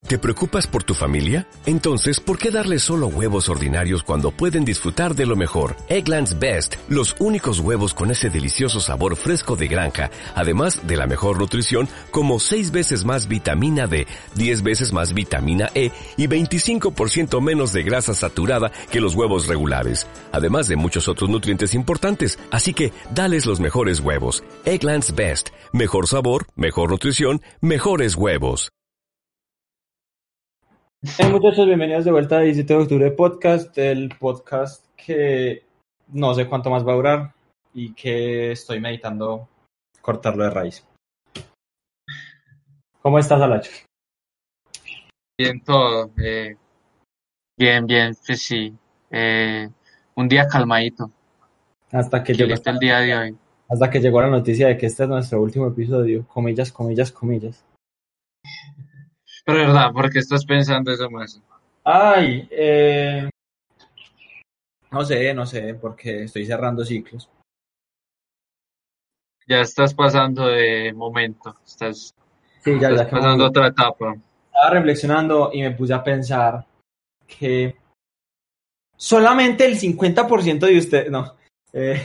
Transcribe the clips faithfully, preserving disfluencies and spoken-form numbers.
¿Te preocupas por tu familia? Entonces, ¿por qué darles solo huevos ordinarios cuando pueden disfrutar de lo mejor? Eggland's Best, los únicos huevos con ese delicioso sabor fresco de granja, además de la mejor nutrición, como seis veces más vitamina D, diez veces más vitamina E y veinticinco por ciento menos de grasa saturada que los huevos regulares, además de muchos otros nutrientes importantes. Así que, dales los mejores huevos. Eggland's Best, mejor sabor, mejor nutrición, mejores huevos. Hey muchachos, bienvenidos de vuelta a diecisiete de octubre podcast, el podcast que no sé cuánto más va a durar y que estoy meditando cortarlo de raíz. ¿Cómo estás, Alacho? Bien todo, eh, bien, bien, pues sí, eh, un día calmadito, Hasta que llegó el día de hoy. Hasta que llegó la noticia de que este es nuestro último episodio, comillas, comillas, comillas. Pero verdad, ¿por qué estás pensando eso más? Ay, eh... no sé, no sé, porque estoy cerrando ciclos. Ya estás pasando de momento, estás, sí, ya, estás ya pasando a otra etapa. Estaba reflexionando y me puse a pensar que solamente el cincuenta por ciento de ustedes, no, eh,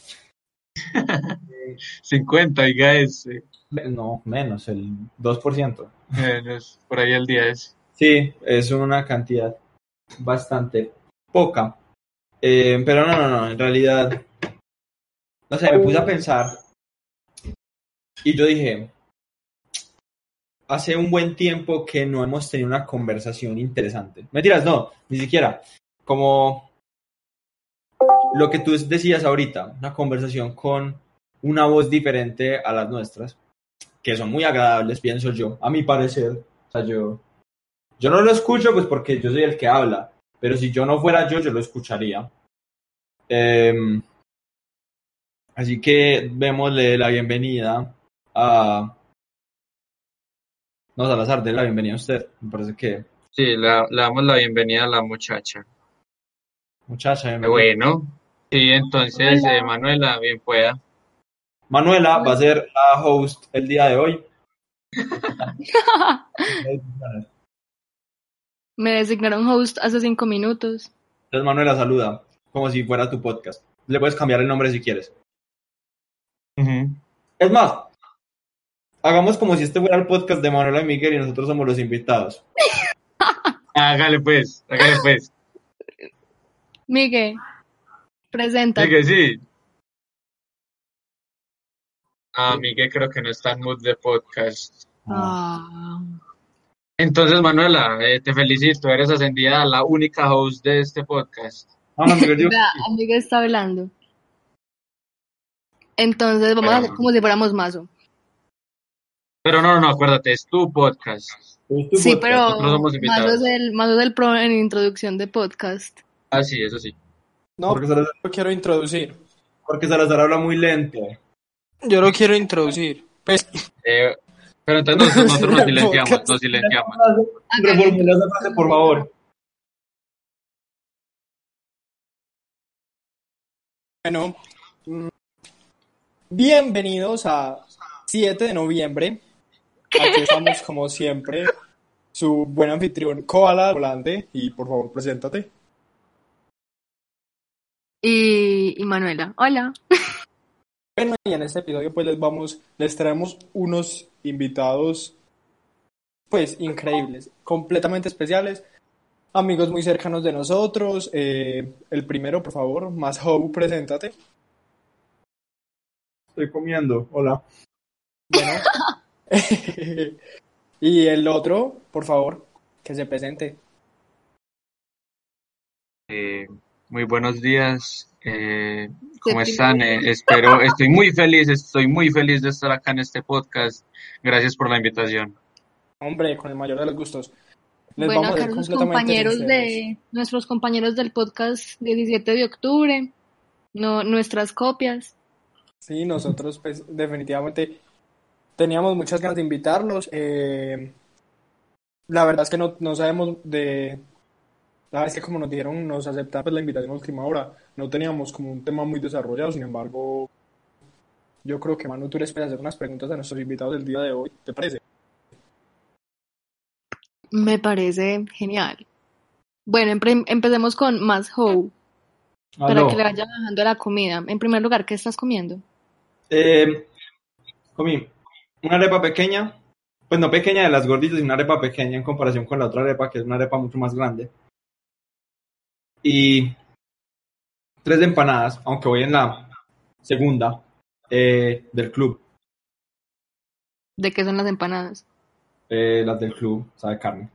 cincuenta, diga ese. No, menos, el dos por ciento. Menos, por ahí el diez. Sí, es una cantidad bastante poca. Eh, pero no, no, no, en realidad, no sé, me puse a pensar y yo dije, hace un buen tiempo que no hemos tenido una conversación interesante. Mentiras, no, ni siquiera. Como lo que tú decías ahorita, una conversación con una voz diferente a las nuestras, que son muy agradables, pienso yo, a mi parecer. O sea, yo, yo no lo escucho pues porque yo soy el que habla, pero si yo no fuera yo, yo lo escucharía. Eh, así que démosle la bienvenida a... No, Salazar, déle la bienvenida a usted. Me parece que... Sí, le, le damos la bienvenida a la muchacha. Muchacha, bienvenida. Bueno, sí, entonces, eh, Manuela, bien pueda. Manuela va a ser la host el día de hoy. Me designaron host hace cinco minutos. Entonces Manuela saluda, como si fuera tu podcast. Le puedes cambiar el nombre si quieres. Uh-huh. Es más, hagamos como si este fuera el podcast de Manuela y Miguel y nosotros somos los invitados. Hágale pues, hágale pues. Miguel, preséntate. Miguel, sí. Ah, Miguel creo que no está en mood de podcast. Ah. Entonces, Manuela, eh, te felicito, eres ascendida a la única host de este podcast. No, no, Miguel, yo... Miguel está hablando. Entonces vamos Pero, a hacer como si fuéramos mazo. Pero no, no, acuérdate, es tu podcast. Es tu sí, podcast. pero Nosotros somos invitados. mazo es el, mazo es el pro en introducción de podcast. Ah, sí, eso sí. No, porque Salazar... lo quiero introducir. Porque Salazar habla muy lento. Yo lo quiero introducir. Pues... Eh, pero entonces nosotros, nosotros nos silenciamos, nos silenciamos. Reformula esa frase, por favor. Bueno, bienvenidos a siete de noviembre. Aquí estamos como siempre. Su buen anfitrión, Koala Volante. Y por favor, preséntate. Y, y Manuela, hola. Bueno, y en este episodio pues les vamos, les traemos unos invitados pues increíbles, completamente especiales, amigos muy cercanos de nosotros. Eh, el primero, por favor, Mashow, preséntate. Estoy comiendo, hola. Bueno. Y el otro, por favor, que se presente. Eh, muy buenos días. Eh, ¿Cómo están? Eh, espero, estoy muy feliz, estoy muy feliz de estar acá en este podcast. Gracias por la invitación. Hombre, con el mayor de los gustos. Les bueno, acá los compañeros de nuestros compañeros del podcast diecisiete de octubre, no, nuestras copias. Sí, nosotros pues definitivamente teníamos muchas ganas de invitarlos. Eh, la verdad es que no, no sabemos de... La verdad es que como nos dijeron, nos aceptaron pues, la invitación a última hora. No teníamos como un tema muy desarrollado, sin embargo, yo creo que Manu, tú les puedes hacer unas preguntas a nuestros invitados del día de hoy, ¿te parece? Me parece genial. Bueno, empre- empecemos con más How, para Aló. que le vaya bajando la comida. En primer lugar, ¿qué estás comiendo? Eh, comí una arepa pequeña, pues no pequeña de las gorditas, sino una arepa pequeña en comparación con la otra arepa, que es una arepa mucho más grande. Y tres empanadas, aunque voy en la segunda eh, del club. ¿De qué son las empanadas? Eh, las del club, sabe carne.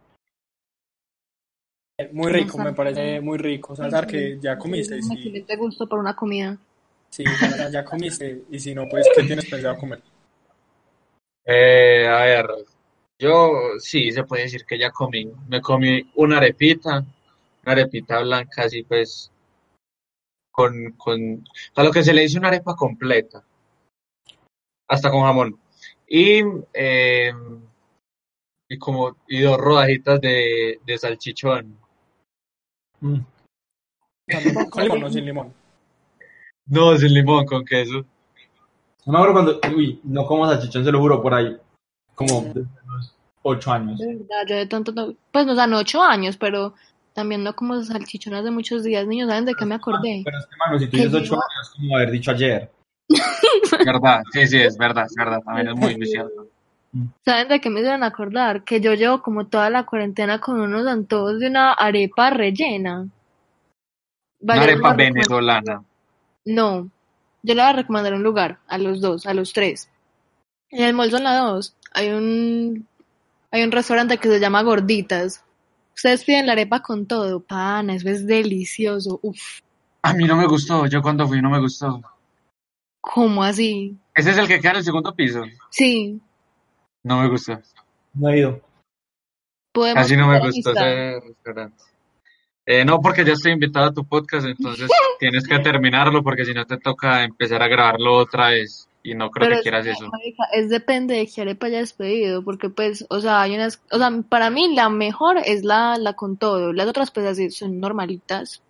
Muy No rico, me sabe. parece muy rico. Salazar, que ya comiste, Un sí, excelente gusto por una comida. sí, Salazar, ya comiste, y si no, pues, ¿qué tienes pensado comer? Eh, a ver, yo sí, se puede decir que ya comí. Me comí una arepita, una arepita blanca así pues con, con, a lo que se le dice una arepa completa, hasta con jamón. Y, eh, y como, y dos rodajitas de, de salchichón. Mm. ¿También con limón o sin limón? No, sin limón, con queso. No me acuerdo cuando, uy, no como salchichón, se lo juro, por ahí, como desde los ocho años. De verdad, yo de tanto, no- pues no, o sea, no ocho años, pero también no como salchichonas de muchos días. Niños, ¿saben de qué me acordé? Pero es que, mano, si tú Que dices ocho yo, años, es como haber dicho ayer. ¿Verdad? Sí, sí, es verdad, es verdad, también es muy, muy cierto. ¿saben de qué me hicieron acordar? Que yo llevo como toda la cuarentena con unos antojos de una arepa rellena. Una Vaya, yo les voy arepa a recomendar. venezolana. No, yo le voy a recomendar un lugar, a los dos, a los tres. En el Mall Zona dos hay un, hay un restaurante que se llama Gorditas. Ustedes piden la arepa con todo, pana, eso es delicioso. Uf, A mí no me gustó, yo cuando fui no me gustó. ¿cómo así? Ese es el que queda en el segundo piso. Sí, No me gustó. No he ido. podemos Casi no me crear gustó amistad. ese restaurante. Eh, no, porque ya estoy invitado a tu podcast, entonces tienes que terminarlo porque si no te toca empezar a grabarlo otra vez y no creo Pero que es quieras que, eso. marica, es depende de qué arepa hayas pedido, porque pues, o sea, hay unas, o sea, para mí la mejor es la, la con todo, las otras pues así son normalitas.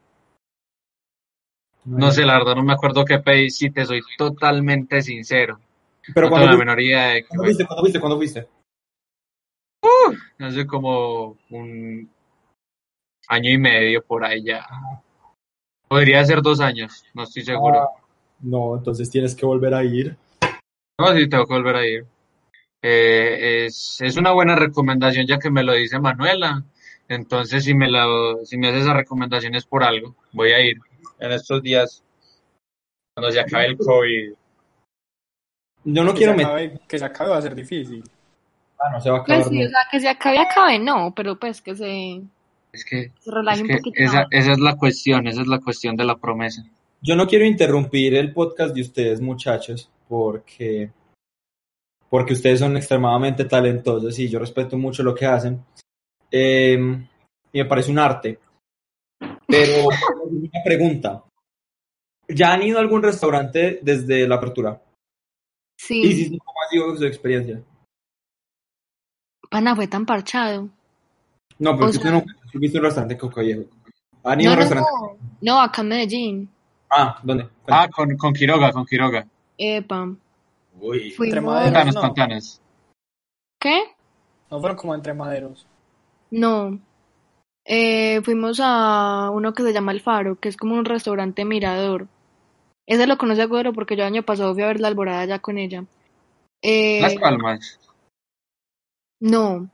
No he No sé, ido. la verdad no me acuerdo qué pedí, si te soy totalmente sincero. Pero No tengo cuando la fuiste, menor idea de qué cuando fue. fuiste, cuando fuiste, cuando fuiste. Hace como un año y medio por ahí ya. Podría ser dos años, no estoy seguro. Ah, no, entonces tienes que volver a ir. No, sí, tengo que volver a ir. Eh, es, es una buena recomendación ya que me lo dice Manuela. Entonces, si me la, si me hace esa recomendación es por algo. Voy a ir en estos días, cuando se acabe el COVID. Yo no Que se quiero meter. acabe, que se acabe va a ser difícil. Ah, no se va a Pues acabar sí, o nunca. sea, que se acabe, acabe, no, pero pues que se, Es que, se relaje es un que poquito la esa, vaina. esa es la cuestión, esa es la cuestión de la promesa. Yo no quiero interrumpir el podcast de ustedes, muchachos, porque, porque ustedes son extremadamente talentosos y yo respeto mucho lo que hacen. Eh, y me parece un arte. Pero una pregunta. ¿Ya han ido a algún restaurante desde la apertura? Y si Sí, sí, ¿cómo ha sido su experiencia? pana, fue tan parchado. No, pero es O que sea, usted no ha visto un restaurante Coco Viejo. ¿Han ido a no, un no, restaurante? no, no, acá en Medellín. Ah, ¿dónde? Ah, Cuente. con, con Quiroga, con Quiroga. Epa, Uy. Entre fuimos, maderos, Contanos, no. contanos. ¿qué? No fueron como entre maderos. No, eh, fuimos a uno que se llama El Faro, que es como un restaurante mirador. Ese lo conoce Agüero porque yo el año pasado fui a ver la Alborada ya con ella. Las Eh, Palmas. no,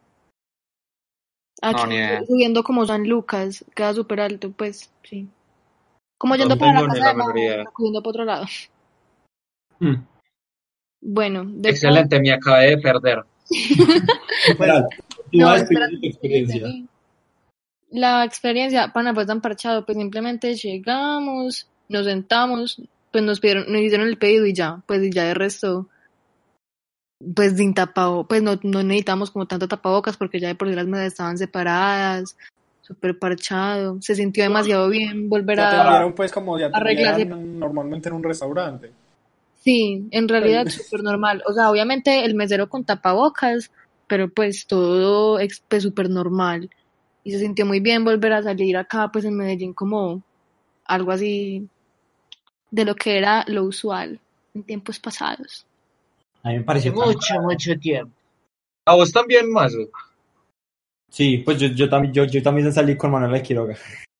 No, aquí ni idea. subiendo como San Lucas, queda súper alto, pues sí. Como No yendo para la tengo ni casa la de menor Majo, idea. pero cogiendo para otro lado. Mm. Bueno, después, Excelente, me acabé de perder. pues, Literal. Tú no, vas a espera, escribir tu experiencia. la experiencia, pana, fue tan parchado, pues simplemente llegamos, nos sentamos, pues nos pidieron, nos hicieron el pedido y ya, pues y ya de resto, pues sin tapabocas, pues no, no necesitamos como tanto tapabocas porque ya de por sí las mesas estaban separadas, súper parchado, se sintió demasiado bien volver Se a atendieron pues como se arreglarse. atendieran normalmente en un restaurante. Sí, en realidad súper normal, o sea, obviamente el mesero con tapabocas, pero pues todo ex- pues súper normal. Y se sintió muy bien volver a salir acá, pues en Medellín, como algo así de lo que era lo usual en tiempos pasados. A mí me Hace pareció tan mucho, mucho tiempo. ¿A vos también, Mazo? Sí, pues yo, yo, también, yo, yo también salí con Manuela Quiroga.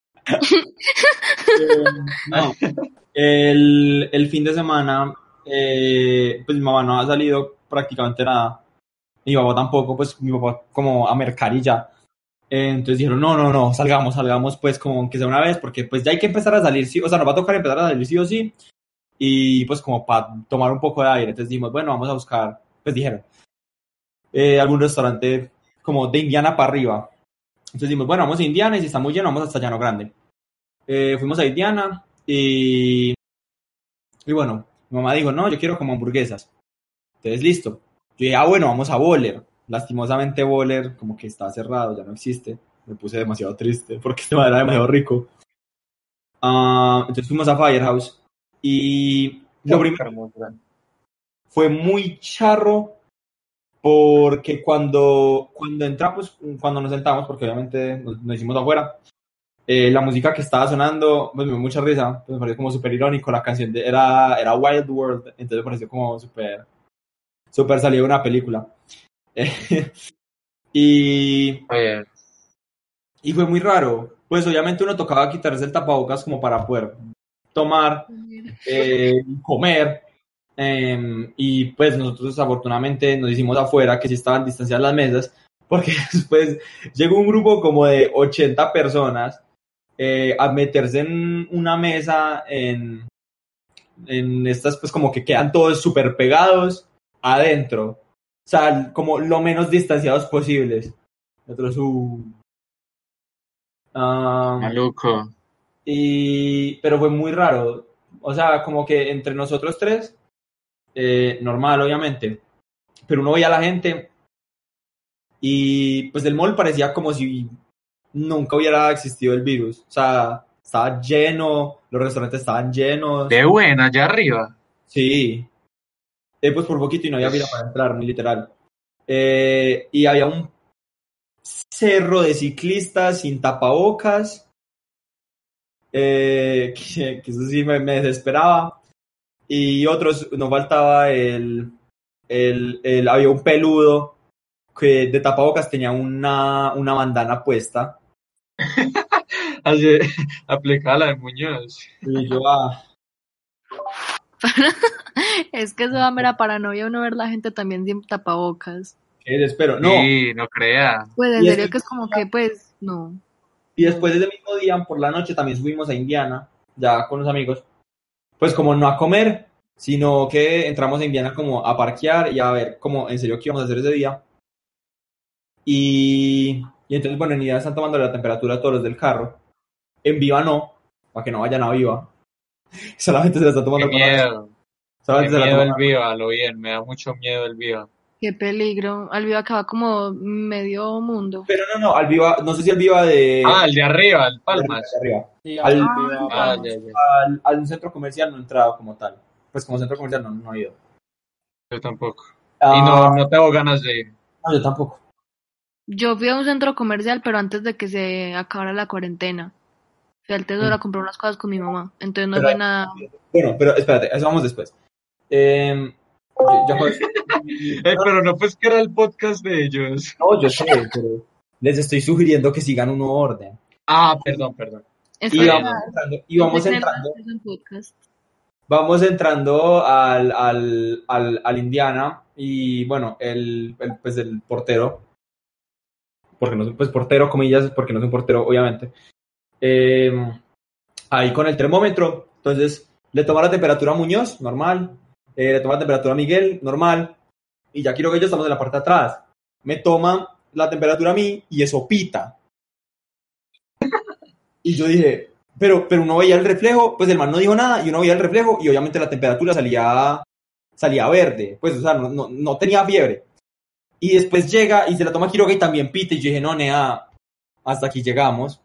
Eh, no, el, el fin de semana, eh, pues mi mamá no ha salido prácticamente nada. Mi papá tampoco, pues mi papá como a mercar y ya. Eh, entonces dijeron, no, no, no, salgamos, salgamos pues como aunque sea una vez, porque pues ya hay que empezar a salir, sí, o sea, nos va a tocar empezar a salir sí o sí, y pues como para tomar un poco de aire. Entonces dijimos, bueno, vamos a buscar, pues dijeron, eh, algún restaurante como de Indiana para arriba. Entonces dijimos, bueno, vamos a Indiana y si está muy lleno, vamos hasta Llano Grande. Eh, fuimos a Indiana y, y bueno, mi mamá dijo, no, yo quiero como hamburguesas. Entonces, listo. Yo dije, ah, bueno, vamos a Boller. Lastimosamente Boller como que está cerrado, ya no existe. Me puse demasiado triste porque este madre era demasiado rico. Uh, entonces fuimos a Firehouse y lo primero fue muy charro porque cuando, cuando entramos, cuando nos sentamos, porque obviamente nos, nos hicimos afuera, eh, la música que estaba sonando pues me dio mucha risa, pues me pareció como súper irónico. La canción de, era, era Wild World, entonces me pareció como súper súper salido de una película. y, Oye, y fue muy raro. Pues obviamente uno tocaba quitarse el tapabocas como para poder tomar, eh, comer. Eh, y pues nosotros afortunadamente nos hicimos afuera, que sí estaban distanciadas las mesas, porque después llegó un grupo como de ochenta personas eh, a meterse en una mesa en, en estas pues como que quedan todos súper pegados adentro. O sea, como lo menos distanciados posibles. Nosotros, uh, um, maluco. y, pero fue muy raro. O sea, como que entre nosotros tres, eh, normal, obviamente. Pero uno veía a la gente y pues del mall parecía como si nunca hubiera existido el virus. O sea, estaba lleno, los restaurantes estaban llenos. De buena, allá arriba. Sí. Eh, pues por poquito y no había fila para entrar, muy literal. Eh, y había un cerro de ciclistas sin tapabocas, eh, que, que eso sí me, me desesperaba. Y otros, no faltaba el, el, el, había un peludo que de tapabocas tenía una, una bandana puesta. Así, aplicada la de Muñoz. Y yo, ah, Es que eso da mera paranoia uno ver la gente también sin tapabocas. qué desespero. No, Sí, no crea. Pues en Y serio es- que es como que, pues, no. y después ese mismo día, por la noche, también subimos a Indiana, ya con los amigos, pues como no a comer, sino que entramos a Indiana como a parquear y a ver como en serio qué íbamos a hacer ese día. Y, y entonces, bueno, en Indiana están tomando la temperatura a todos los del carro. En Viva no, para que no vayan a Viva. Solamente se la están Qué tomando con la- miedo. Qué Solamente se la miedo toman el con- Viva, lo bien, me da mucho miedo el Viva. Qué peligro. Al vivo acaba como medio mundo. Pero no, no, al Viva, no sé si al Viva de... Ah, el de arriba, el de Palmas. arriba. Y Al- al- Ah, Viva- ya, ya. Al, al centro comercial no he entrado como tal. Pues como centro comercial no, no he ido. Yo tampoco. Ah, Y no, no tengo ganas de ir. no, yo tampoco. Yo fui a un centro comercial, pero antes de que se acabara la cuarentena. Fui al Tesoro a comprar unas cosas con mi mamá. Entonces no Pero- fue nada. Bueno, pero espérate, eso vamos después. Eh, yo, yo- Eh, pero no, pues que era el podcast de ellos. no, yo sé, pero les estoy sugiriendo que sigan un orden. Ah, perdón, perdón. Es Y que vamos nada, entrando, y vamos no sé entrando, qué es un podcast. vamos entrando al, al, al, al Indiana y bueno, el, el, pues el portero, porque no es pues portero, comillas, porque no es un portero, obviamente, eh, ahí con el termómetro, entonces le toma la temperatura a Muñoz, normal, eh, le toma la temperatura a Miguel, normal, y ya quiero que yo estamos en la parte de atrás, me toma la temperatura a mí y eso pita. Y yo dije, pero, pero uno veía el reflejo, pues el man no dijo nada y uno veía el reflejo y obviamente la temperatura salía, salía verde, pues o sea, no, no, no tenía fiebre. Y después llega y se la toma Quiroga y también pita y yo dije, no, nea, hasta aquí llegamos.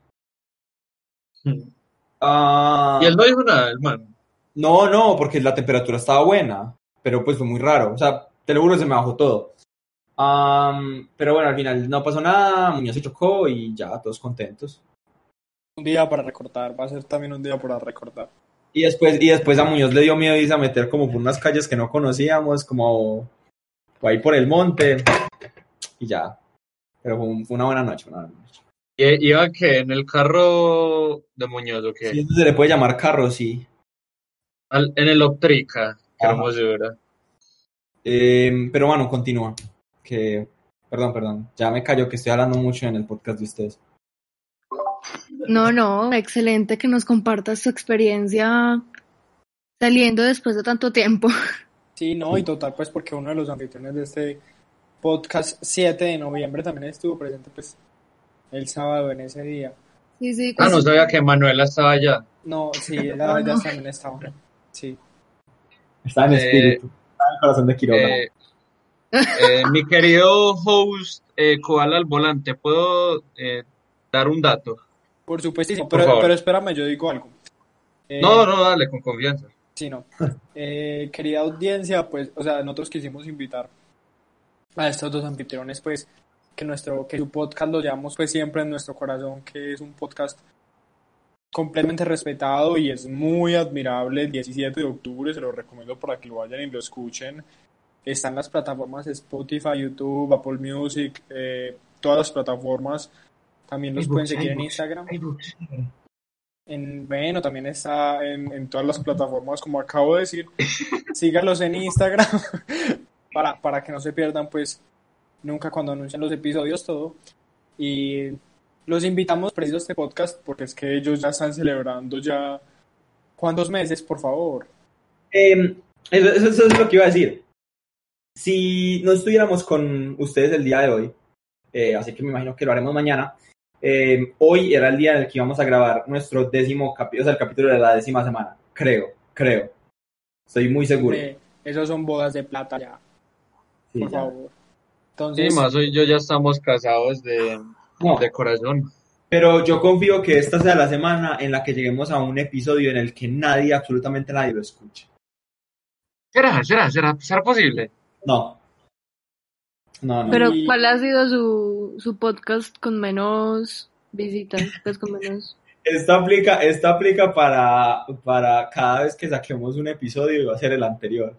Ah, Y él no dijo nada, hermano. no, no, porque la temperatura estaba buena, pero pues fue muy raro, o sea, te lo juro, se me bajó todo. Am, pero bueno, al final no pasó nada, Muñoz se chocó y ya, todos contentos. Un día para recordar, va a ser también un día para recordar. Y después, y después a Muñoz le dio miedo irse a meter como por unas calles que no conocíamos, como ahí por el monte, y ya. Pero fue, un- fue una buena noche, una buena noche. ¿Y iba que en el carro de Muñoz o qué? Si eso se le puede llamar carro, sí. Al- en el Optrica, qué Ajá. hermosura. Eh, pero bueno, continúa. Que, perdón, perdón. Ya me callo que estoy hablando mucho en el podcast de ustedes. No, no, excelente que nos compartas tu experiencia saliendo después de tanto tiempo. Sí, no, y total, pues porque uno de los anfitriones de este podcast siete de noviembre también estuvo presente, pues, el sábado en ese día. Sí, sí, Ah, pues, no sabía que Manuela estaba allá. No, sí, No, ella no. también estaba. Sí. Está en Eh, espíritu. Está en el corazón de Quiroga. Eh, eh, mi querido host, eh, Koala al volante, ¿puedo eh, dar un dato? Por supuestísimo, Por pero, favor. pero espérame, yo digo algo. Eh, No, no, dale, con confianza. Sí, no. Eh, querida audiencia, pues, o sea, nosotros quisimos invitar a estos dos anfitriones, pues, que nuestro, que su podcast lo llevamos, pues, siempre en nuestro corazón, que es un podcast completamente respetado y es muy admirable. El diecisiete de octubre, se lo recomiendo para que lo vayan y lo escuchen. Están las plataformas Spotify, YouTube, Apple Music, eh, todas las plataformas. También los pueden seguir en Instagram. En, bueno, también está en, en todas las plataformas, como acabo de decir. Síganlos en Instagram para, para que no se pierdan, pues, nunca cuando anuncian los episodios, todo. Y los invitamos preciso a este podcast porque es que ellos ya están celebrando ya... ¿Cuántos meses, por favor? Eh, eso, eso- eso es lo que iba a decir. Si no estuviéramos con ustedes el día de hoy, eh, así que me imagino que lo haremos mañana, eh, hoy era el día en el que íbamos a grabar nuestro décimo capítulo, o sea, el capítulo de la décima semana. Creo, creo. Estoy muy seguro. Eh, esos son bodas de plata ya, Sí, por ya. favor. Sí, Entonces, más hoy yo ya estamos casados de, No, de corazón. pero yo confío que esta sea la semana en la que lleguemos a un episodio en el que nadie, absolutamente nadie lo escuche. ¿Será, será, será, será posible? No. No, no. pero Y- ¿cuál ha sido su, su podcast con menos visitas? Pues con menos... Esto aplica, esto aplica para, para cada vez que saquemos un episodio y va a ser el anterior.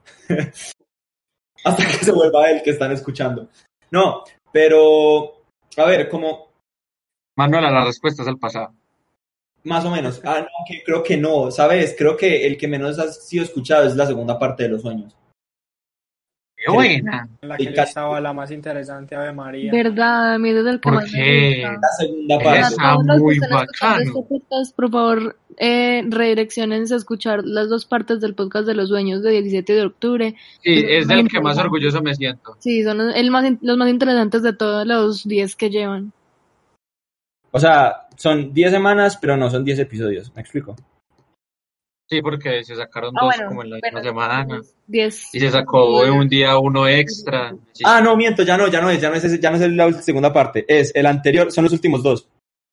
Hasta que se vuelva el que están escuchando. No, pero, a ver, como Manuela, la respuesta es el pasado. más o menos. Ah, no, que creo que no, ¿sabes? Creo que el que menos ha sido escuchado es la segunda parte de Los Sueños. ¡Qué buena! en la Sí, que casi. estaba la más interesante, Ave María. ¿Verdad? A mí desde el que ¿Por más me qué? gusta. La segunda Esa Para parte. todos los que muy estén escuchando bacano. este podcast, por favor, eh, redireccionense a escuchar las dos partes del podcast de los sueños de diecisiete de octubre. Sí, Los es más del que más interesantes. orgulloso me siento. Sí, son el más, in- los más interesantes de todos los diez que llevan. O sea, son diez semanas, pero no son diez episodios. ¿Me explico? Sí, porque se sacaron Ah, dos bueno, como en la bueno, misma semana. diez. Y se sacó un día uno extra. Sí, Ah, no, miento, ya no, ya no es, ya no es, ese- ya no es la segunda parte. Es el anterior, son los últimos dos.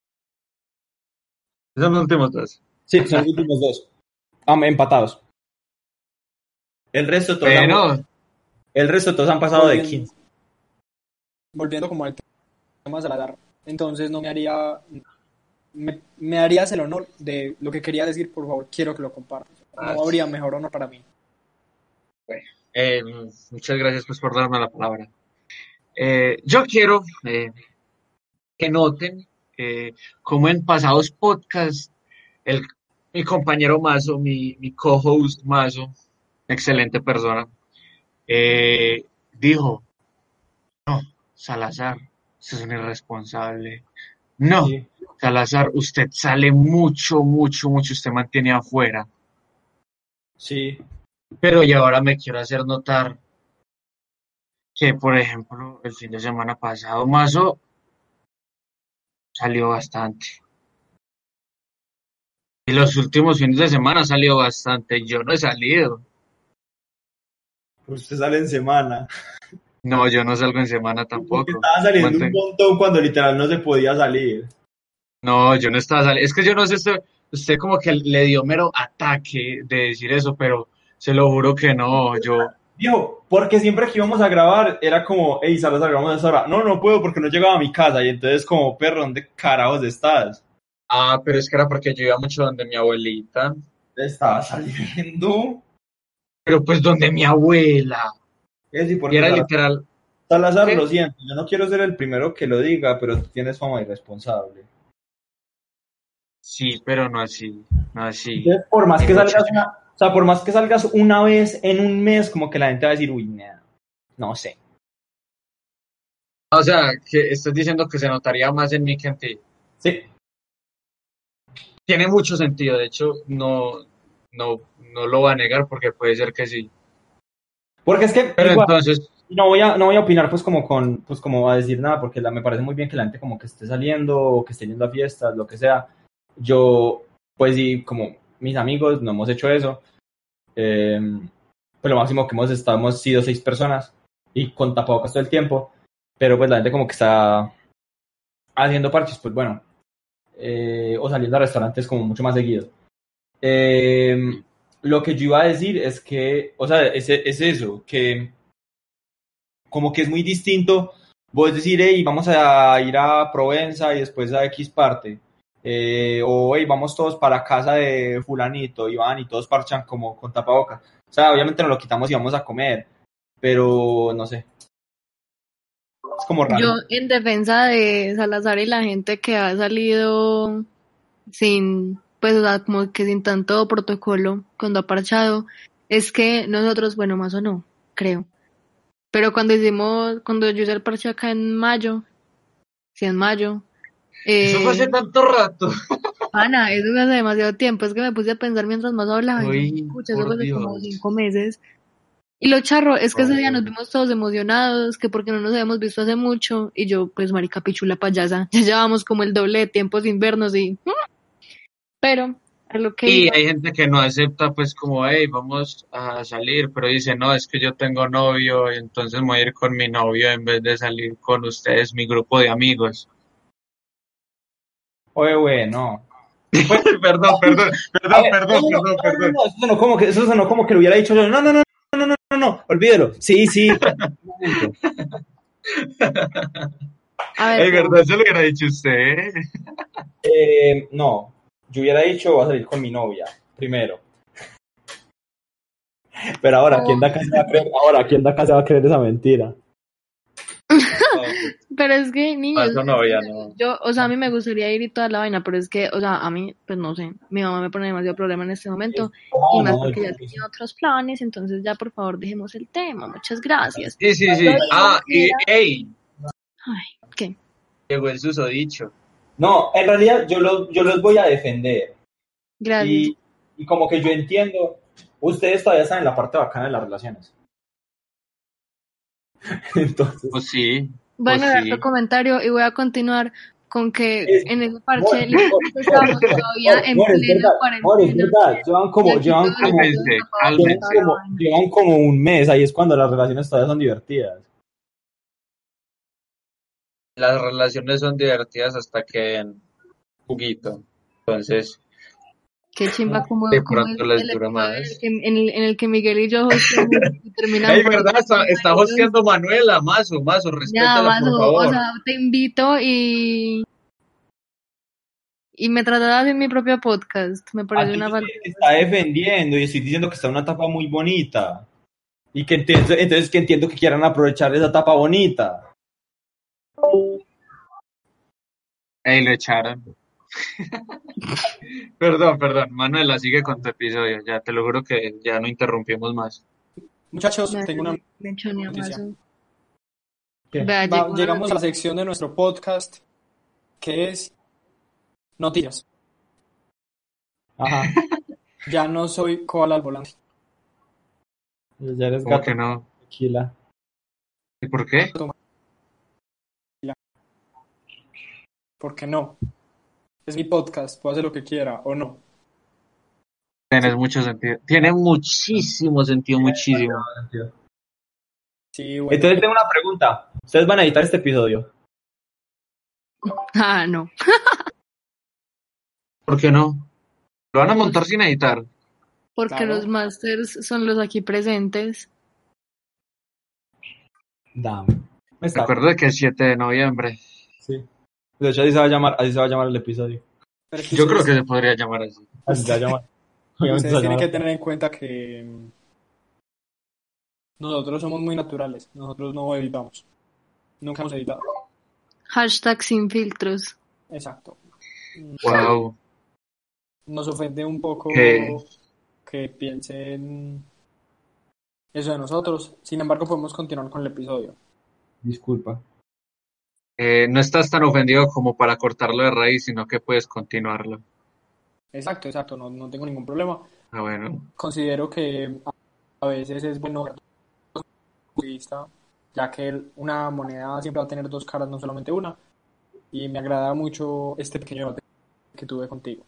son los últimos dos. Sí, son los últimos dos. Ah, empatados. El resto todos han, Bueno, el resto todos han pasado de Volviendo- quince. Volviendo como al tema Salazar, entonces no me haría... Me, me harías el honor de lo que quería decir, por favor, quiero que lo compartas. Ah, No habría mejor honor para mí. eh, muchas gracias pues por darme la palabra. Eh, yo quiero eh, que noten eh, como en pasados podcasts el, mi compañero Mazo, mi, mi co-host Mazo, excelente persona, eh, dijo, no, Salazar, usted es un irresponsable. No, Sí. Salazar, usted sale mucho, mucho, mucho, usted mantiene afuera. Sí. Pero y ahora me quiero hacer notar que, por ejemplo, el fin de semana pasado Mazo salió bastante. Y los últimos fines de semana salió bastante. Yo no he salido. Pues usted sale en semana. No, yo no salgo en semana Porque tampoco. estaba saliendo un Mantengo- montón cuando literal no se podía salir. No, yo no estaba saliendo. Es que yo no sé, usted, usted como que le dio mero ataque de decir eso, pero se lo juro que no. Yo, Viejo, porque siempre que íbamos a grabar era como, hey, Salazar, grabamos a esa hora. No, no puedo porque no llegaba a mi casa. Y entonces como, perro, ¿dónde carajos estás? ah, pero es que era porque yo iba mucho donde mi abuelita. Estaba saliendo. Pero pues donde mi abuela. Es y por Y era qué Salazar- literal, Salazar, ¿Qué? lo siento, yo no quiero ser el primero que lo diga, pero tú tienes fama de irresponsable. Sí, pero no así, no así. Entonces, por más Hay que mucha- salgas una, o sea, por más que salgas una vez en un mes, como que la gente va a decir, uy, nada, no sé. O sea, que estás diciendo que se notaría más en mí que en ti. Sí, Tiene mucho sentido, de hecho, no, no, no lo voy a negar porque puede ser que sí. porque es que Pero igual, entonces, no voy a, no voy a opinar pues como con, pues como a decir nada, porque la, me parece muy bien que la gente como que esté saliendo o que esté yendo a fiestas, lo que sea. Yo, pues sí, como mis amigos, no hemos hecho eso. Eh, pues lo máximo que hemos estado, hemos sido seis personas y con tapabocas todo el tiempo, pero pues la gente como que está haciendo parches, pues bueno, eh, o saliendo a restaurantes como mucho más seguido. Eh, lo que yo iba a decir es que, o sea, es, es eso, que como que es muy distinto vos decir, hey, vamos a ir a Provenza y después a X parte, eh, o hey, vamos todos para casa de fulanito y van y todos parchan como con tapabocas. O sea, obviamente nos lo quitamos y vamos a comer, pero no sé, es como raro. Yo, en defensa de Salazar y la gente que ha salido sin, pues, o sea, como que sin tanto protocolo cuando ha parchado, es que nosotros, bueno, más o no, creo. Pero cuando hicimos, cuando yo hice el parche acá en mayo, sí, en mayo, eso fue hace eh, tanto rato. Ana, eso fue hace demasiado tiempo, es que me puse a pensar mientras más hablaba, y yo, Uy, pucha, eso por fue hace como Dios. cinco meses. Y lo charro es que ese día nos Oh. vimos todos emocionados, que porque no nos habíamos visto hace mucho, y yo, pues, marica pichula payasa, ya llevamos como el doble de tiempo sin vernos y... Pero, a lo que Y iba, hay gente que no acepta, pues, como, hey, vamos a salir, pero dice, no, es que yo tengo novio, y entonces me voy a ir con mi novio en vez de salir con ustedes, mi grupo de amigos. Oye, güey, no. Pues, Perdón, perdón, a perdón, ver, no, perdón, no, no, perdón, no, no, perdón. no, eso sonó como que, eso sonó como que lo hubiera dicho yo. No, no, no, no, no, no, no, no, olvídelo. Sí, sí. Un momento. a ver, Es verdad, se lo hubiera dicho usted. Eh, no, yo hubiera dicho voy a salir con mi novia, primero. Pero ahora, ¿quién de acá se va a creer, ahora, ¿quién de acá se va a creer esa mentira? pero es que, niños, Paso es novia, que no. yo, o sea, a mí me gustaría ir y toda la vaina, pero es que, o sea, a mí, pues no sé, mi mamá me pone demasiado problema en este momento, y No, más no, porque ya yo- tenía otros planes, entonces ya, por favor, dejemos el tema, muchas gracias. Sí, sí, sí. Lo digo Ah, y, era, hey, ay, ¿qué? llegó el susodicho. no, en realidad yo los, yo los voy a defender. Gracias. Y, y como que yo entiendo, ustedes todavía están en la parte bacana de las relaciones. Entonces, Pues sí, Bueno, pues dar sí. tu comentario y voy a continuar con que es, en ese Mor, parche Mor, literalmente estábamos Mor, todavía Mor, en Mor, es plena verdad, Mor, es cuarentena verdad, llevan y como, aquí llevan todo el como, mundo Cálmense, tapado con llevan cálmense. toda la como, vaina. llevan como un mes, ahí es cuando las relaciones todavía son divertidas. Las relaciones son divertidas hasta que den juguito. Entonces, Qué chimba como, de como es pronto les el dura episodio en el más. que, en el, en el que Miguel y yo hosteamos y terminan Ey, por verdad, está, está maridos. hosteando Manuela, Mazo, Mazo, Ya, respétala, por Mazo, o favor. sea, te invito y, y me tratarás en mi propio podcast. Me parece Aquí una yo falta estoy- de está respeto. defendiendo y estoy diciendo que está en una etapa muy bonita. Y que entiendo, entonces que entiendo que quieran aprovechar esa etapa bonita. Ey, lo echaron. Perdón, perdón. Manuela, sigue con tu episodio. Ya te lo juro que ya no interrumpimos más. Muchachos, Me, tengo una me choneé a noticia. Mazo. ¿Qué? Vea, Va- llegó una llegamos a la noticia. sección de nuestro podcast que es noticias. Ajá. Ya no soy koala al volante. Ya eres ¿Cómo gato que no? tequila. ¿Y por qué? Porque no. Es mi podcast, puedo hacer lo que quiera o no. Tienes mucho sentido. Tiene muchísimo sentido, muchísimo. Sí, bueno. Entonces tengo una pregunta. ¿Ustedes van a editar este episodio? Ah, no. ¿Por qué no? Lo van a montar sin editar. Porque Claro. los masters son los aquí presentes. Dame. Está. Recuerdo que es siete de noviembre. Sí. De hecho, así se va a llamar, así se va a llamar el episodio. Pero es que Yo creo ustedes, que se podría llamar así. Así se va a llamar. Obviamente se ustedes va a tienen llamar. que tener en cuenta que mm, nosotros somos muy naturales. Nosotros no editamos. Nunca hemos editado. Hashtag sin filtros. Exacto. Wow. Nos ofende un poco ¿Qué? que piensen eso de nosotros. Sin embargo, podemos continuar con el episodio. Disculpa. Eh, no estás tan ofendido como para cortarlo de raíz, sino que puedes continuarlo. Exacto, exacto. No, no tengo ningún problema. Ah, bueno. Considero que a veces es bueno ver tu punto de vista, ya que el- una moneda siempre va a tener dos caras, no solamente una. Y me agrada mucho este pequeño debate que tuve contigo.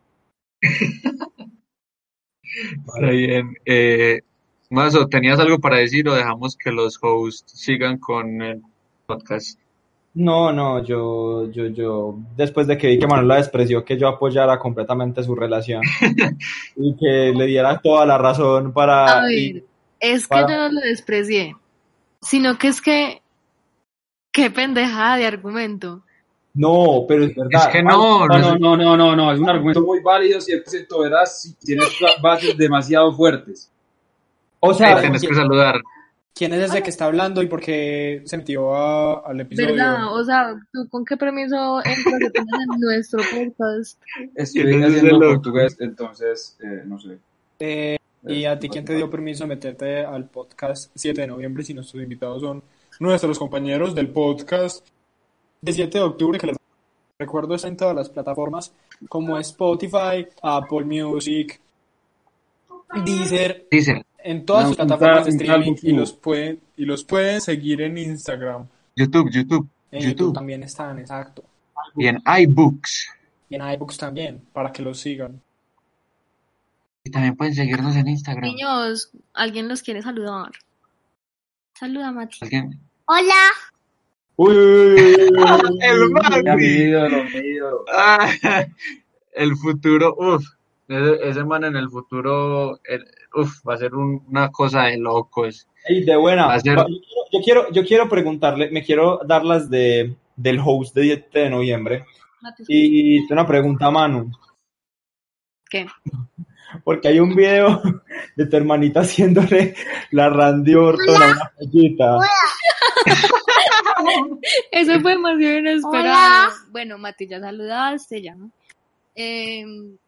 Está bien. Eh, Mazo, ¿tenías algo para decir o dejamos que los hosts sigan con el podcast? No, no, yo, yo, yo, después de que vi que Manuel la despreció, que yo apoyara completamente su relación y que le diera toda la razón A para... ver, y es que para- yo no lo desprecié, sino que es que, qué pendejada de argumento. No, pero es verdad. Es que no, No, no no, es- no, no, no, no, es un argumento muy válido, cien por ciento verás si tienes bases demasiado fuertes. O eh, sea, tenés que saludar. ¿Quién es ese que está hablando y por qué se metió a- al episodio? ¿Verdad? O sea, ¿tú con qué permiso entras y pones en nuestro podcast? Estoy ¿Quién es ese haciendo loco? portugués, entonces, eh, no sé. Eh, ¿Y a ti quién te dio permiso de meterte al podcast siete de noviembre si nuestros invitados son nuestros compañeros del podcast de siete de octubre, que les recuerdo está en todas las plataformas como Spotify, Apple Music, Deezer, Dice, en todas No, sus plataformas de un tal- un streaming tal y los pueden y los pueden seguir en Instagram. YouTube, YouTube, En YouTube YouTube. también están, exacto. Y en iBooks. Y en iBooks también, para que los sigan. Y también pueden seguirnos en Instagram. Niños, alguien los quiere saludar. Saluda, Mati. ¿Alguien? Hola. uy, uy, uy, uy, uy, El uy, Maxi. Ya, mi ídolo, mi ídolo. Ah, el futuro, uff. Ese, ese man en el futuro, el- uf, va a ser un- una cosa de locos. Ey, de buena. Va a ser- Va- Yo quiero, yo quiero, yo quiero preguntarle, me quiero dar las de, del host de siete de noviembre. Mati, Y una pregunta a Manu, ¿qué? porque hay un video de tu hermanita haciéndole la Randy Orton a una pollita. Eso fue demasiado inesperado. Bueno, Mati, ya saludaste, ya. Eh,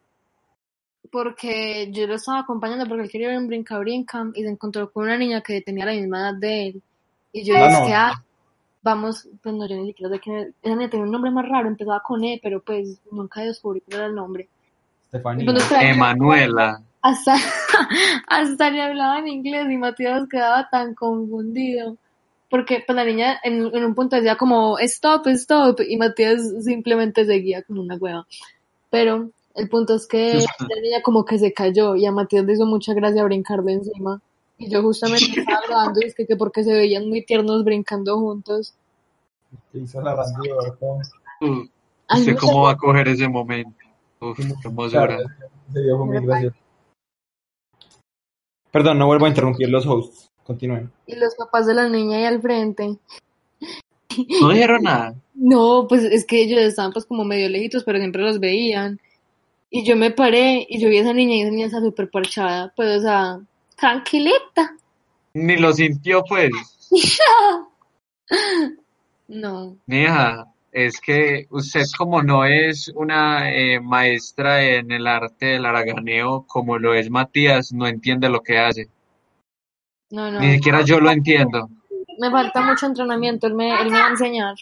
porque yo lo estaba acompañando porque él quería ver un brinca brinca y se encontró con una niña que tenía la misma edad de él. Y yo Ah, dije, no. ah, vamos, pues no, yo ni siquiera sé quién era. Esa niña tenía un nombre más raro, empezaba con E, pero pues nunca descubrí cuál era el nombre. Estefanía. Pues, espera, Emanuela. hasta, hasta le hablaba en inglés y Matías quedaba tan confundido. Porque pues la niña en, en un punto decía como stop, stop, y Matías simplemente seguía como una hueva. Pero el punto es que la niña como que se cayó y a Matías le hizo mucha gracia brincarle encima. Y yo justamente estaba grabando y es que, que porque se veían muy tiernos brincando juntos. Te hizo la Randy Orton. Uf, Ay, ¿usted no cómo sé. va a coger ese momento? Uf, qué hermosura. Ese video fue muy gracioso. Perdón, no vuelvo a interrumpir los hosts. Continúen. Y los papás de la niña ahí al frente. No dijeron nada. No, pues es que ellos estaban pues como medio lejitos, pero siempre los veían. Y yo me paré y yo vi a esa niña y esa niña está súper parchada, pues o sea, tranquilita. Ni lo sintió, pues. No, Mija, es que usted como no es una eh, maestra en el arte del haraganeo como lo es Matías, no entiende lo que hace. no, no. Ni siquiera yo lo entiendo. Me falta mucho entrenamiento, él me, él me va a enseñar.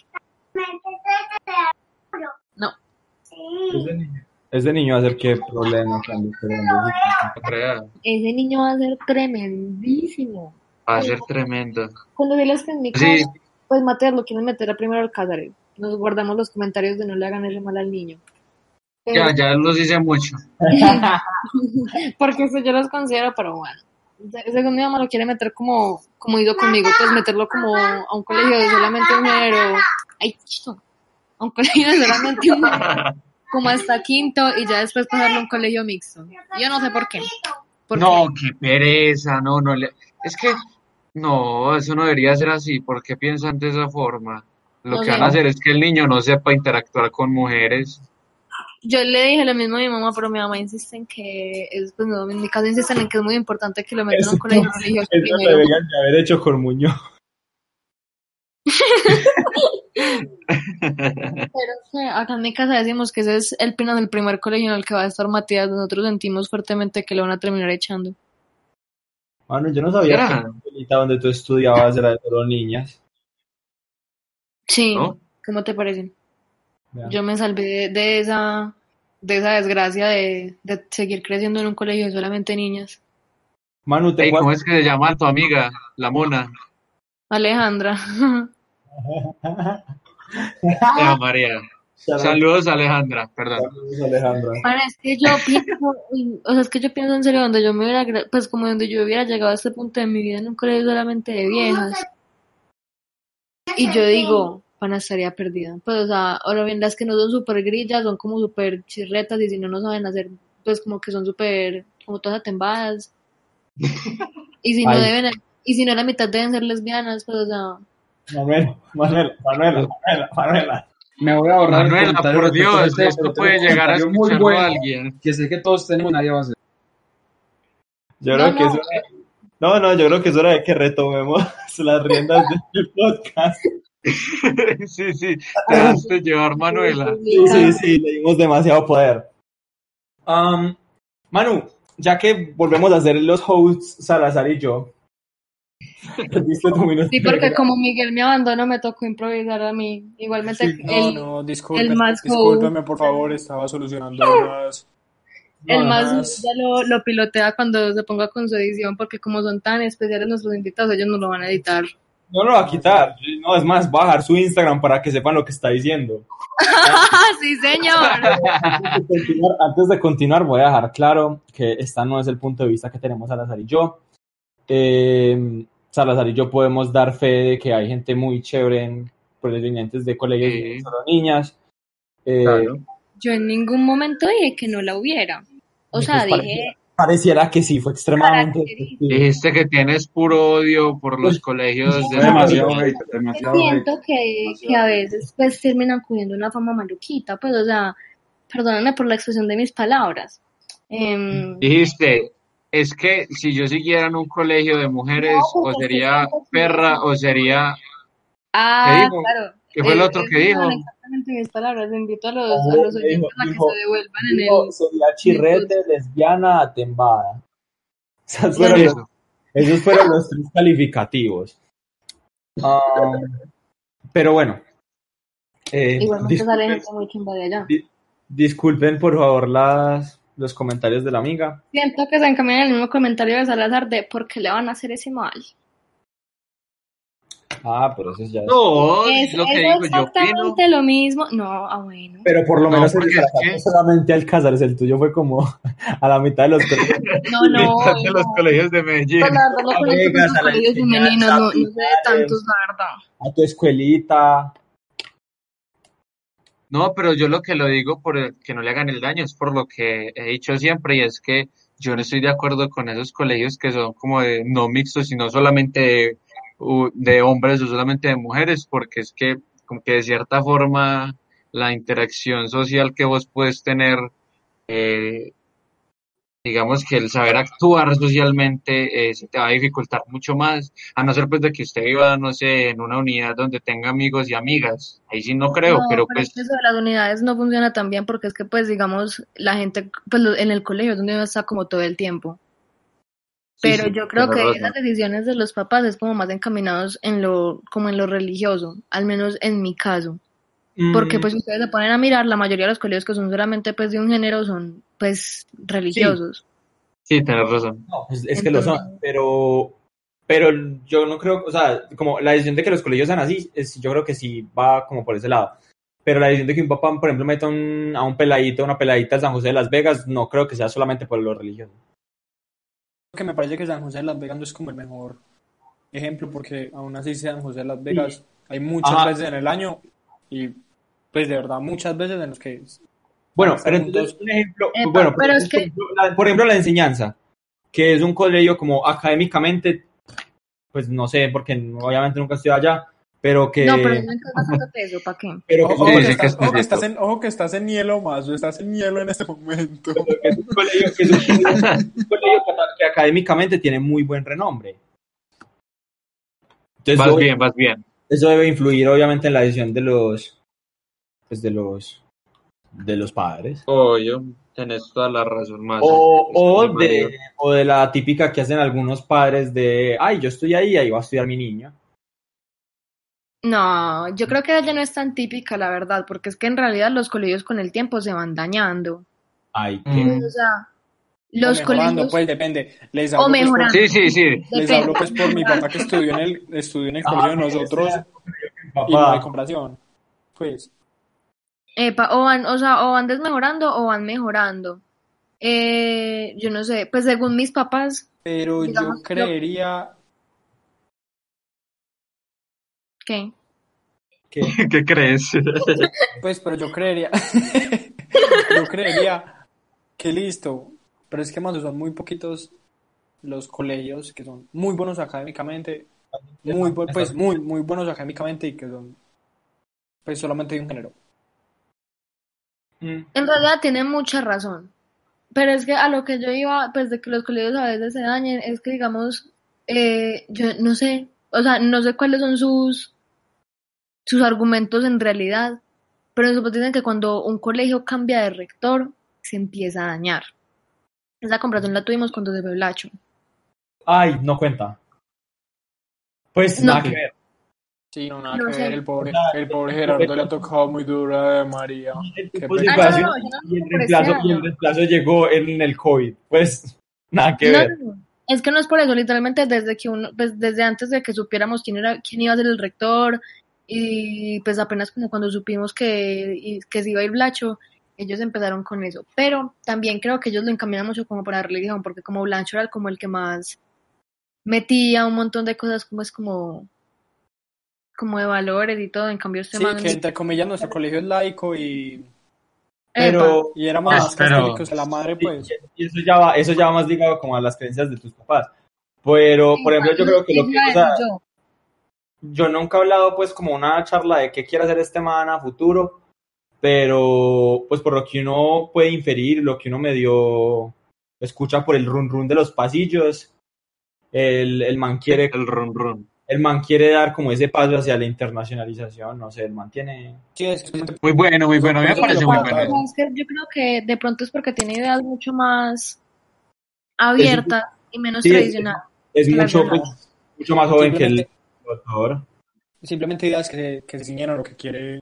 No, Es de niño. Es de niño hacer qué problema cuando esté grande. No crea, ese niño va a ser tremendísimo. va a ser tremendo. Cuando vi las técnicas, Sí. pues Matías lo quieren meter a primero al Casares. Nos guardamos los comentarios de no le hagan ese mal al niño. Pero- Ya, ya los hice mucho. porque eso yo los considero, pero bueno. Se- Según mi mamá lo quiere meter como, como hizo conmigo, pues meterlo como a un colegio de solamente un género. Ay, chico. A un colegio de solamente un género. Como hasta quinto y ya después pasarlo a un colegio mixto. Yo no sé por qué. ¿Por No, qué? qué pereza, no, no le... Es que, no, eso no debería ser así. ¿Por qué piensan de esa forma? Lo No que sé. van a hacer es que el niño no sepa interactuar con mujeres. Yo le dije lo mismo a mi mamá, pero mi mamá insiste en que, es, pues no, en mi caso insisten en que es muy importante que lo metan a un colegio religioso Eso primero. deberían de haber hecho con Muñoz. Pero que acá en mi casa decimos que ese es el pino del primer colegio en el que va a estar Matías. Nosotros sentimos fuertemente que lo van a terminar echando. Mano, yo no sabía Era. que la escuelita donde tú estudiabas era de solo niñas. Sí, ¿No? ¿cómo te parece? Vea. Yo me salvé de, de esa de esa desgracia de, de seguir creciendo en un colegio de solamente niñas. Manu, ¿te Ey, ¿cómo puedes... es que se llama tu amiga, la mona? Alejandra. Eva María. Saludos, Alejandra, perdón. Saludos, Alejandra. Bueno, es que yo pienso, uy, o sea, es que yo pienso en serio donde yo me hubiera, gra- pues como donde yo hubiera llegado a este punto de mi vida en un colegio solamente de viejas. Y yo digo, pana, estaría perdida. Pues, o sea, ahora bien, las que no son súper grillas, son como súper chirretas y si no, no saben hacer, pues como que son súper, como todas atembadas. Y si no Ay. deben, y si no la mitad deben ser lesbianas, pues, o sea, Manuel, Manuela, Manuela, Manuela, Manuela. Me voy a ahorrar el Manuela, comentario por respecto a Dios, ese tema, esto pero puede tengo un llegar a comentario muy escucharlo bueno alguien. que sé que todos tenemos, nadie va a hacer. Yo No, creo que no. es hora... No, no, yo creo que es hora de que retomemos las riendas del podcast. Sí, sí, te dejaste llevar, Manuela. Sí, sí, sí, le dimos demasiado poder. Um, Manu, ya que volvemos a ser los hosts Salazar y yo, perdiste tu minuto. sí, porque como Miguel me abandonó, me tocó improvisar a mí. Igualmente, Sí, No, el, no, el disculpen, más discúlpenme, por favor, estaba solucionando unas... el no, más unas- ya lo, lo pilotea cuando se ponga con su edición, porque como son tan especiales nuestros invitados, ellos no lo van a editar. No lo va a quitar. No, es más, va a bajar su Instagram para que sepan lo que está diciendo. ¡Ah, sí, señor! Antes de continuar, antes de continuar, voy a dejar claro que esta no es el punto de vista que tenemos Salazar y yo. Eh, Salazar y yo podemos dar fe de que hay gente muy chévere en provenientes de colegios Sí. de solo niñas. Eh, Claro. Yo en ningún momento dije que no la hubiera. O sea, pues dije... pareciera, pareciera que sí, fue extremadamente Característica. despectivo. Dijiste que tienes puro odio por los colegios de Fue demasiado solo niñas. hate, demasiado hate. Siento que, que a veces pues terminan cogiendo una fama maluquita, pues o sea, perdóname por la expresión de mis palabras. Em, Dijiste, es que si yo siguiera en un colegio de mujeres, No, o porque sería siento que- perra, o sería... ah, dijo? claro. ¿Qué fue el Eh, otro que esas dijo? son exactamente mis palabras. Invito a los, Dijo, a los oyentes dijo, a que dijo, se devuelvan en dijo, el... sería chirrete, lesbiana, atembada. Esas fueron Eso. los- esos fueron los tres calificativos. Um, pero bueno. Eh, Igualmente sale disculpen, gente muy chimba de allá. di- disculpen, por favor, las, los comentarios de la amiga. Siento que se encaminan en el mismo comentario de Salazar de por qué le van a hacer ese mal. Ah, pero eso ya es... No, Es, lo que es digo, yo opino. exactamente lo mismo. No, ah, bueno. Pero por lo No, menos el porque de es Salazar que- fue solamente Alcázar, el tuyo fue como a la mitad de los colegios. No, no. Mitad de los no. colegios de Medellín. Pues la verdad no conozco Amigas, tantos a la colegios enseñanza, femeninos, no, no sé de pilares. tantos, la verdad. A tu escuelita. No, pero yo lo que lo digo por el- que no le hagan el daño es por lo que he dicho siempre, y es que yo no estoy de acuerdo con esos colegios que son como de no mixtos, sino solamente de, u- de hombres o solamente de mujeres, porque es que como que de cierta forma la interacción social que vos puedes tener, eh, digamos que el saber actuar socialmente eh, se te va a dificultar mucho más, a no ser pues de que usted viva, no sé, en una unidad donde tenga amigos y amigas. Ahí sí no creo, No, pero pero es pues que eso de las unidades no funciona tan bien porque es que, pues, digamos, la gente, pues, lo- en el colegio es donde uno está como todo el tiempo. sí, Pero sí, yo creo tienes que razón. esas decisiones de los papás es como más encaminados en lo, como en lo religioso, al menos en mi caso. Porque Mm, pues si ustedes se ponen a mirar, la mayoría de los colegios que son solamente pues de un género son pues religiosos. Sí, tienes razón. no, es, es que lo son, pero, pero yo no creo, o sea, como la decisión de que los colegios sean así, es, yo creo que sí va como por ese lado. Pero la decisión de que un papá, por ejemplo, meta un- a un peladito, una peladita al San José de Las Vegas, no creo que sea solamente por lo religioso. Que me parece que San José de Las Vegas no es como el mejor ejemplo, porque aún así San José de Las Vegas hay muchas Ajá. veces en el año y pues de verdad muchas veces en los que Bueno, Están pero entonces, juntos. un ejemplo, Epa, bueno, por pero es ejemplo, que- la, por ejemplo, la enseñanza, que es un colegio como académicamente, pues no sé, porque obviamente nunca estuve allá, pero que... No, pero dicen que es bastante peso, ¿para qué? pero que Ojo, es ojo un que sí, estás, que ojo que es estás en, ojo que estás en hielo más, o estás en hielo en este momento. que es un colegio, que es un, un colegio que, que académicamente tiene muy buen renombre. Entonces, Vas yo- bien, vas bien. eso debe influir obviamente en la decisión de los, pues de los, de los padres. Obvio, tenés toda la razón, más. O, o, Sí, Mario. de, o de la típica que hacen algunos padres de, ay, yo estoy ahí, ahí va a estudiar mi niña. No, yo creo que ella no es tan típica, la verdad, porque es que en realidad los colegios con el tiempo se van dañando. Ay, que... Mm. O sea, O los mejorando, colegios pues depende. Les o hablo, pues, por, mejorando. Sí, sí, sí. les Depende. hablo pues por mi papá que estudió en el, estudió en el colegio de nosotros y no hay Papá, comparación. Pues, Epa, o van, o sea, o van desmejorando o van mejorando. Eh, yo no sé, pues según mis papás, pero digamos, yo creería, ¿qué? ¿qué? ¿Qué crees? pues, pero yo creería, yo creería que listo, pero es que más son muy poquitos los colegios que son muy buenos académicamente, muy bu- pues muy muy buenos académicamente y que son pues solamente de un género. Mm. En realidad tienen mucha razón. Pero es que a lo que yo iba, pues de que los colegios a veces se dañen, es que digamos, eh, yo no sé, o sea, no sé cuáles son sus, sus argumentos en realidad, pero se dicen que cuando un colegio cambia de rector, se empieza a dañar. Esa comparación la tuvimos cuando se fue Blacho. Ay, no cuenta. Pues No. nada que ver. Sí, no, nada No que sé. ver, el pobre, O sea, el pobre Gerardo le ha tocado muy dura de María. El Qué tipo se pena. fue Ah, así, no, no, yo no y el digo por este reemplazo, y el año. reemplazo llegó en el COVID. Pues nada que No, ver. no, no. Es que no es por eso, literalmente desde que uno, pues desde antes de que supiéramos quién era, quién iba a ser el rector, y pues apenas como cuando supimos que, y- que se iba a ir Blacho, ellos empezaron con eso. Pero también creo que ellos lo encaminan mucho como por la religión, porque como Blancho era como el que más metía un montón de cosas como es como, como de valores y todo, en cambio este Sí, man, que entre comillas nuestro colegio es laico y, epa, Pero y éramos Pues, más pero- católicos que la madre, pues. y eso ya va, eso ya va más ligado como a las creencias de tus papás. Pero, por ejemplo, yo creo que lo eso que, iba a o sea, decir yo. yo nunca he hablado pues como una charla de qué quiere hacer este man a futuro, pero pues por lo que uno puede inferir, lo que uno medio escucha por el run run de los pasillos, el, el man quiere, El run run. el man quiere dar como ese paso hacia la internacionalización, no sé, el man tiene... Sí, es que Muy bueno, muy bueno. A mí me Sí, parece lo muy contrario. bueno. Es que yo creo que de pronto es porque tiene ideas mucho más abiertas y menos Sí, es, tradicionales. es que las mucho, demás. pues, mucho más joven que el Simplemente- doctor, simplemente ideas que, que se ciñen a lo que quiere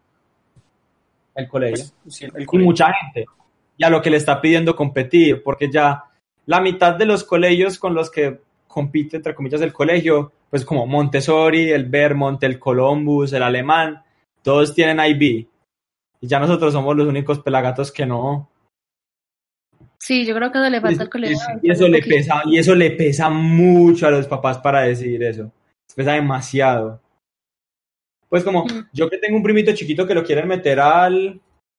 el colegio. pues, sí, el Y colegio. mucha gente, y a lo que le está pidiendo competir, porque ya la mitad de los colegios con los que compite, entre comillas, el colegio, pues como Montessori, el Vermont, el Columbus, el Alemán, todos tienen I B. Y ya nosotros somos los únicos pelagatos que no. Sí, yo creo que eso le falta al colegio. Y eso le pesa, y eso le pesa mucho a los papás para decidir eso. Les pesa demasiado. Pues como Mm. yo que tengo un primito chiquito que lo quieren meter al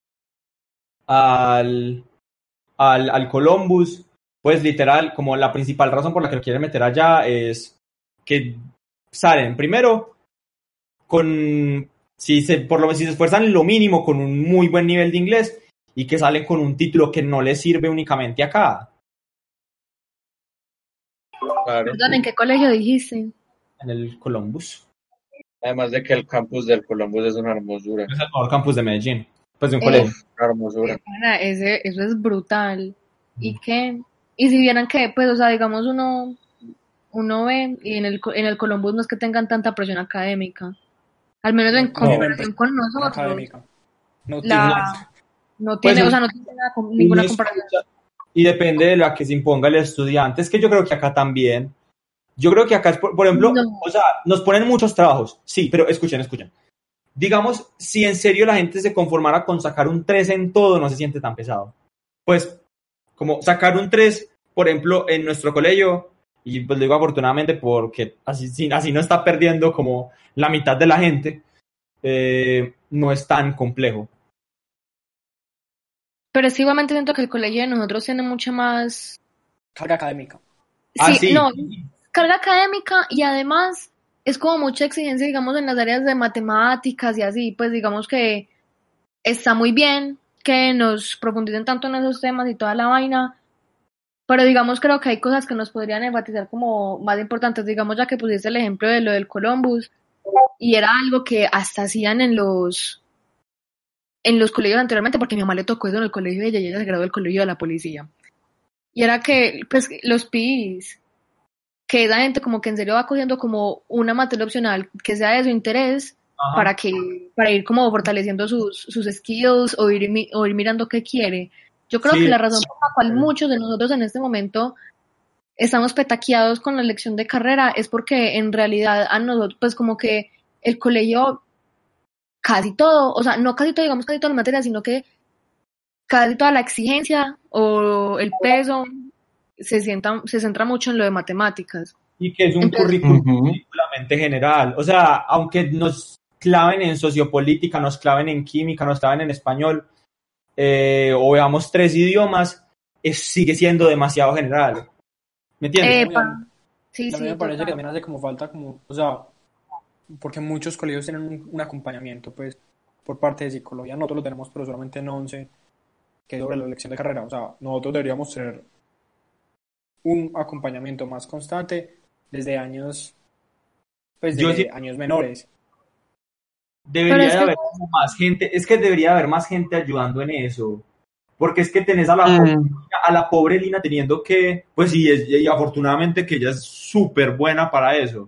al al, al Columbus, pues literal, como la principal razón por la que lo quieren meter allá es que salen primero con, si se, por lo menos si se esfuerzan lo mínimo con un muy buen nivel de inglés y que salen con un título que no les sirve únicamente acá, Claro. Perdón, ¿en qué colegio dijiste? en el Columbus. Además de que el campus del Columbus es una hermosura. Es el mejor campus de Medellín, pues de un Eh, colegio. Una hermosura. Ana, ese, eso es brutal. ¿Y qué? Y si vieran que, pues, o sea, digamos, uno, uno ve, y en el, co- en el Columbus no es que tengan tanta presión académica. Al menos en No tienen comparación con presión nosotros. académica. No La, no Pues tiene, un- o sea, no tiene nada con- ninguna Uno comparación. escucha y depende de la que se imponga el estudiante. Es que yo creo que acá también. Yo creo que acá, es, por, por ejemplo, No. o sea, nos ponen muchos trabajos. Sí, pero escuchen, escuchen. Digamos, si en serio la gente se conformara con sacar un tres en todo, no se siente tan pesado. Pues, como sacar un tres, por ejemplo, en nuestro colegio, y pues lo digo afortunadamente porque así, sí, así no está perdiendo como la mitad de la gente, eh, no es tan complejo. Pero es que igualmente siento que el colegio de nosotros tiene mucha más... carga académica. Ah, Sí, sí. no, carga académica y además es como mucha exigencia, digamos, en las áreas de matemáticas y así, pues digamos que está muy bien que nos profundicen tanto en esos temas y toda la vaina, pero digamos creo que hay cosas que nos podrían enfatizar como más importantes, digamos ya que pusiste el ejemplo de lo del Columbus, y era algo que hasta hacían en los en los colegios anteriormente, porque a mi mamá le tocó eso en el colegio de ella, y ella se graduó del colegio de la policía. Y era que, pues, los P Is, que esa gente como que en serio va cogiendo como una materia opcional que sea de su interés, Ajá. para que para ir como fortaleciendo sus, sus skills o ir, mi- o ir mirando qué quiere. Yo creo Sí. que la razón por la cual muchos de nosotros en este momento estamos petaqueados con la elección de carrera es porque en realidad a nosotros, pues como que el colegio, casi todo, o sea, no casi todo, digamos casi todas las materias, sino que casi toda la exigencia o el peso se, sienta, se centra mucho en lo de matemáticas. Y que es un Entonces, currículum Ujú. ridículamente general. O sea, aunque nos claven en sociopolítica, nos claven en química, nos claven en español, eh, o veamos tres idiomas, es, sigue siendo demasiado general. ¿Me entiendes? eh, No, y a pa- mí, sí, y a mí sí, me parece que total. también hace como falta como, o sea, porque muchos colegios tienen un, un acompañamiento, pues, por parte de psicología. Nosotros lo tenemos, pero solamente en once, que es sobre la elección de carrera. O sea, nosotros deberíamos tener un acompañamiento más constante desde años, pues, Yo sí desde años menores. Pero debería es de que, haber como más gente, es que debería haber más gente ayudando en eso. Porque es que tenés a la, Mm. a la pobre Lina teniendo que, pues sí, es, y afortunadamente que ella es súper buena para eso.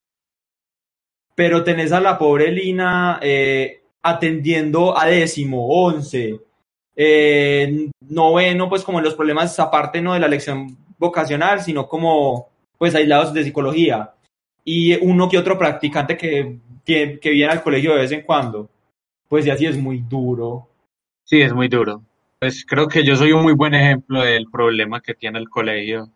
Pero tenés a la pobre Lina eh, atendiendo a décimo, once, eh, noveno, pues como los problemas aparte no de la lección vocacional, sino como pues aislados de psicología. Y uno que otro practicante que, que, que viene al colegio de vez en cuando. Pues y así es muy duro. Sí, es muy duro. Pues creo que yo soy un muy buen ejemplo del problema que tiene el colegio.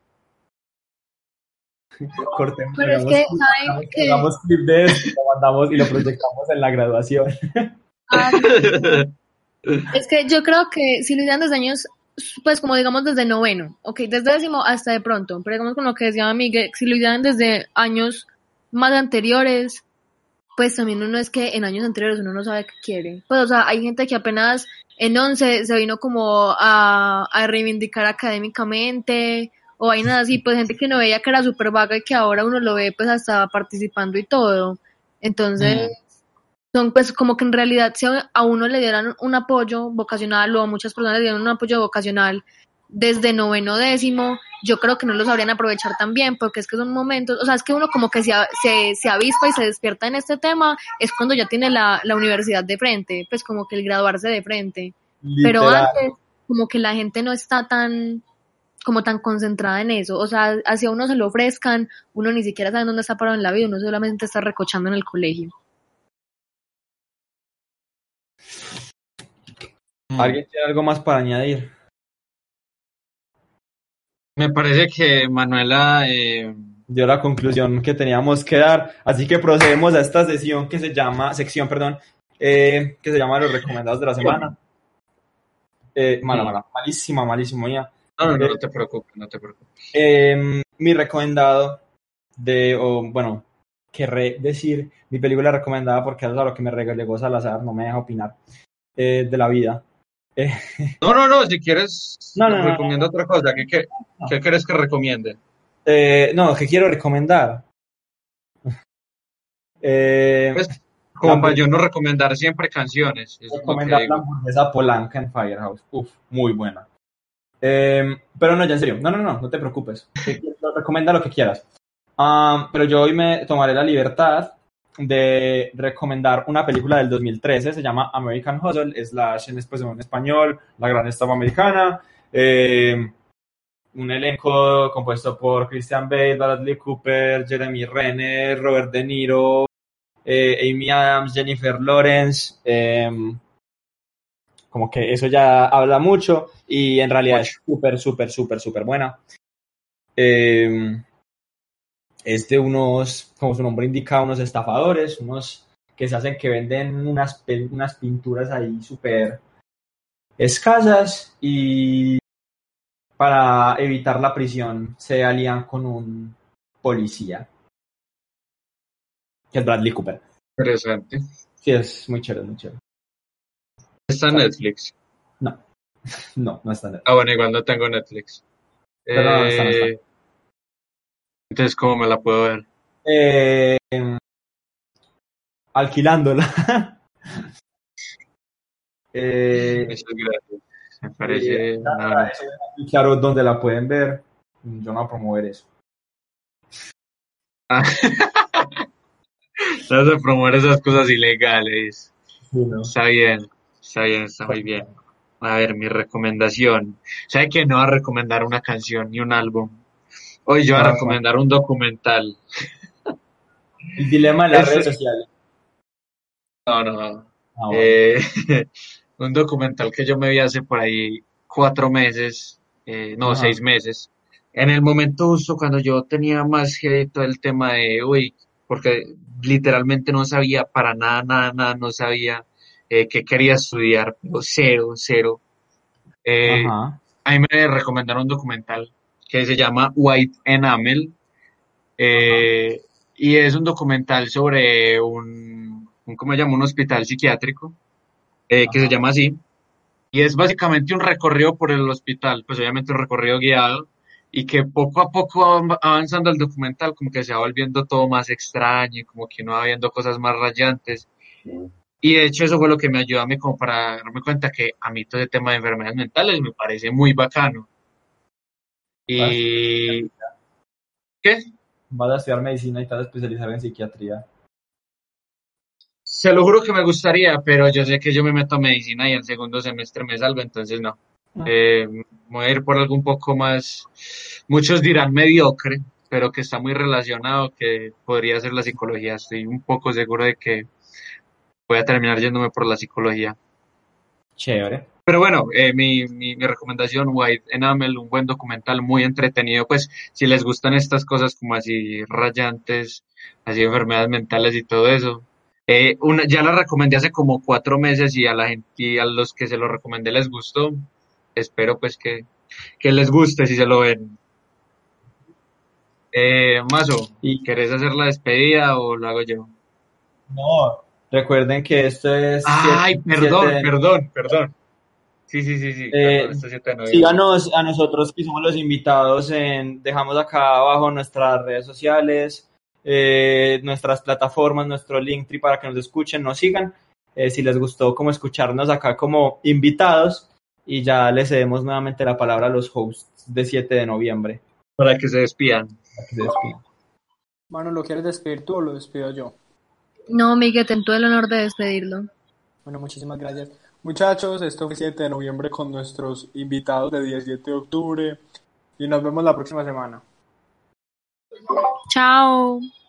Cortemos, pero es hagamos, que, clip- ¿saben hagamos, que hagamos clip de esto y lo mandamos y lo proyectamos en la graduación. ah, es que yo creo que si lo hicieran desde años, pues como digamos desde noveno, ok, desde décimo hasta de pronto, pero digamos con lo que decía Miguel, si lo hicieran desde años más anteriores, pues también uno es que en años anteriores uno no sabe qué quiere. Pues o sea, hay gente que apenas en once se vino como a, a reivindicar académicamente o vainas así, pues gente que no veía que era súper vaga y que ahora uno lo ve pues hasta participando y todo. Entonces, Mm. son pues como que en realidad si a a uno le dieran un apoyo vocacional o a muchas personas le dieran un apoyo vocacional desde noveno décimo, yo creo que no lo sabrían aprovechar tan bien, porque es que son momentos, o sea, es que uno como que se, a- se, se avispa y se despierta en este tema, es cuando ya tiene la, la universidad de frente, pues como que el graduarse de frente, pero Literal. antes como que la gente no está tan como tan concentrada en eso, o sea, hacia uno se lo ofrezcan, uno ni siquiera sabe dónde está parado en la vida, uno solamente está recochando en el colegio. Mm. ¿Alguien tiene algo más para añadir? Me parece que Manuela, eh, Dio la conclusión que teníamos que dar, así que procedemos a esta sesión que se llama, sección, perdón, eh, que se llama los recomendados de la semana. Eh, mala, Sí. mala, malísima, malísimo ya. no, no, no, Eh, no te preocupes, no te preocupes. eh, mi recomendado de, o bueno, querré decir mi película recomendada porque es a lo que me regaló Salazar, no me deja opinar, eh, de la vida. Eh, No, no, no, si quieres, no, no, no, recomiendo otra cosa. ¿Qué, qué, no. qué quieres que recomiende? Eh, no, que quiero recomendar. Eh, Pues, la como para yo hamburguesa, no recomendar siempre canciones, eso es lo que recomendar la digo. hamburguesa Polanca en Firehouse. Uf, muy buena. Eh, pero no, ya en serio, no, no, no, no te preocupes. Que- que- Recomienda lo que quieras. Ah, pero yo hoy me tomaré la libertad de recomendar una película del dos mil trece, se llama American Hustle, slash en, pues, en español, La Gran Estafa Americana. Eh, un elenco compuesto por Christian Bale, Bradley Cooper, Jeremy Renner, Robert De Niro, eh, Amy Adams, Jennifer Lawrence. Eh, como que eso ya habla mucho y en realidad Mucho. es súper, súper, súper, súper buena. Eh, es de unos, como su nombre indica, unos estafadores, unos que se hacen que venden unas, pe- unas pinturas ahí súper escasas y para evitar la prisión se alían con un policía, que es Bradley Cooper. Interesante. Sí, es muy chévere, muy chévere. Está en Netflix. No, no, no está en Ah, bueno, igual no tengo Netflix. Pero no, no está, no está. Eh, entonces, ¿cómo me la puedo ver? Eh, alquilándola. eh, Muchas gracias. Me parece eh, una nada, buena. eso deja muy claro dónde la pueden ver. Yo no voy a promover eso. Ah, vas a promover esas cosas ilegales. Sí, ¿no? Está bien, está bien, está muy bien. A ver, mi recomendación. ¿Sabe que no va a recomendar una canción ni un álbum? Hoy yo voy a Ah, bueno. recomendar un documental. El dilema de las Este redes es, sociales. no, no, Ah, bueno. eh, un documental que yo me vi hace por ahí cuatro meses, eh, no, Ajá. seis meses. En el momento justo cuando yo tenía más que todo el tema de, uy, porque literalmente no sabía para nada, nada, nada, no sabía eh, qué quería estudiar, pero cero, cero. Eh, Ajá. a mí me recomendaron un documental que se llama White Enamel, Ajá. eh, y es un documental sobre un, un ¿cómo se llama? Un hospital psiquiátrico, eh, que se Ajá. llama así, y es básicamente un recorrido por el hospital, pues obviamente un recorrido guiado, y que poco a poco av- avanzando el documental, como que se va volviendo todo más extraño, y como que no va viendo cosas más rayantes. Y de hecho eso fue lo que me ayudó a mí como para darme cuenta que a mí todo ese tema de enfermedades mentales me parece muy bacano. Vas, Y ¿qué? vas a estudiar medicina y te vas a especializar en psiquiatría. Se lo juro que me gustaría, pero yo sé que yo me meto a medicina y el segundo semestre me salgo, entonces no. Eh, voy a ir por algo un poco más, muchos dirán mediocre, pero que está muy relacionado, que podría ser la psicología. Estoy un poco seguro de que voy a terminar yéndome por la psicología. Chévere. Pero bueno, eh, mi, mi, mi recomendación, White Enamel, un buen documental muy entretenido, pues si les gustan estas cosas como así rayantes, así enfermedades mentales y todo eso. Eh, una, ya la recomendé hace como cuatro meses y a la gente, y a los que se lo recomendé les gustó. Espero pues que, que les guste si se lo ven. Eh, Mazo, Y ¿querés hacer la despedida o lo hago yo? no, recuerden que esto es Ay, siete perdón, de perdón, noviembre. perdón. Sí, sí, sí, sí, perdón, Eh, este siete de noviembre. síganos a nosotros que somos los invitados en, dejamos acá abajo nuestras redes sociales, eh, nuestras plataformas, nuestro Linktree para que nos escuchen, nos sigan. Eh, si les gustó como escucharnos acá como invitados y ya les cedemos nuevamente la palabra a los hosts de siete de noviembre Para que se despidan. para que se despidan. Mano, ¿lo quieres despedir tú o lo despido yo? No, Miguel, tengo el honor de despedirlo. Bueno, muchísimas gracias. Muchachos, esto fue siete de noviembre con nuestros invitados de diecisiete de octubre y nos vemos la próxima semana. Chao.